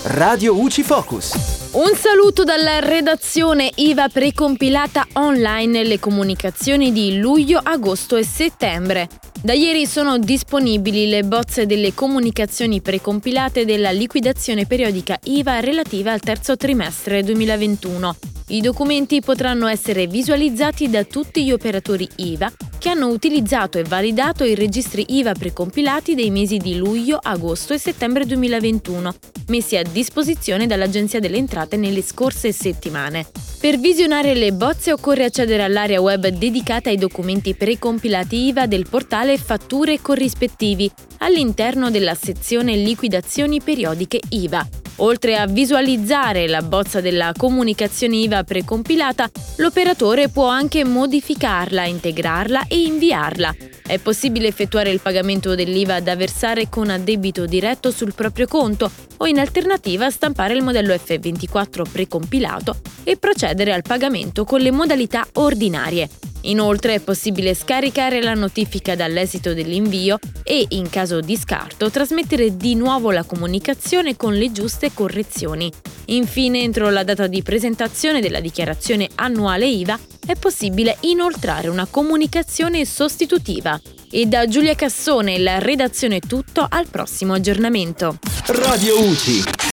Radio UCI Focus. Un saluto dalla redazione IVA precompilata online, le comunicazioni di luglio, agosto e settembre. Da ieri sono disponibili le bozze delle comunicazioni precompilate della liquidazione periodica IVA relativa al terzo trimestre 2021. I documenti potranno essere visualizzati da tutti gli operatori IVA che hanno utilizzato e validato i registri IVA precompilati dei mesi di luglio, agosto e settembre 2021, messi a disposizione dall'Agenzia delle Entrate nelle scorse settimane. Per visionare le bozze occorre accedere all'area web dedicata ai documenti precompilati IVA del portale Fatture corrispettivi, all'interno della sezione Liquidazioni periodiche IVA. Oltre a visualizzare la bozza della comunicazione IVA precompilata, l'operatore può anche modificarla, integrarla e inviarla. È possibile effettuare il pagamento dell'IVA da versare con addebito diretto sul proprio conto o in alternativa stampare il modello F24 precompilato e procedere al pagamento con le modalità ordinarie. Inoltre è possibile scaricare la notifica dall'esito dell'invio e, in caso di scarto, trasmettere di nuovo la comunicazione con le giuste correzioni. Infine, entro la data di presentazione della dichiarazione annuale IVA, è possibile inoltrare una comunicazione sostitutiva. E da Giulia Cassone, la redazione è tutto, al prossimo aggiornamento. Radio UCI.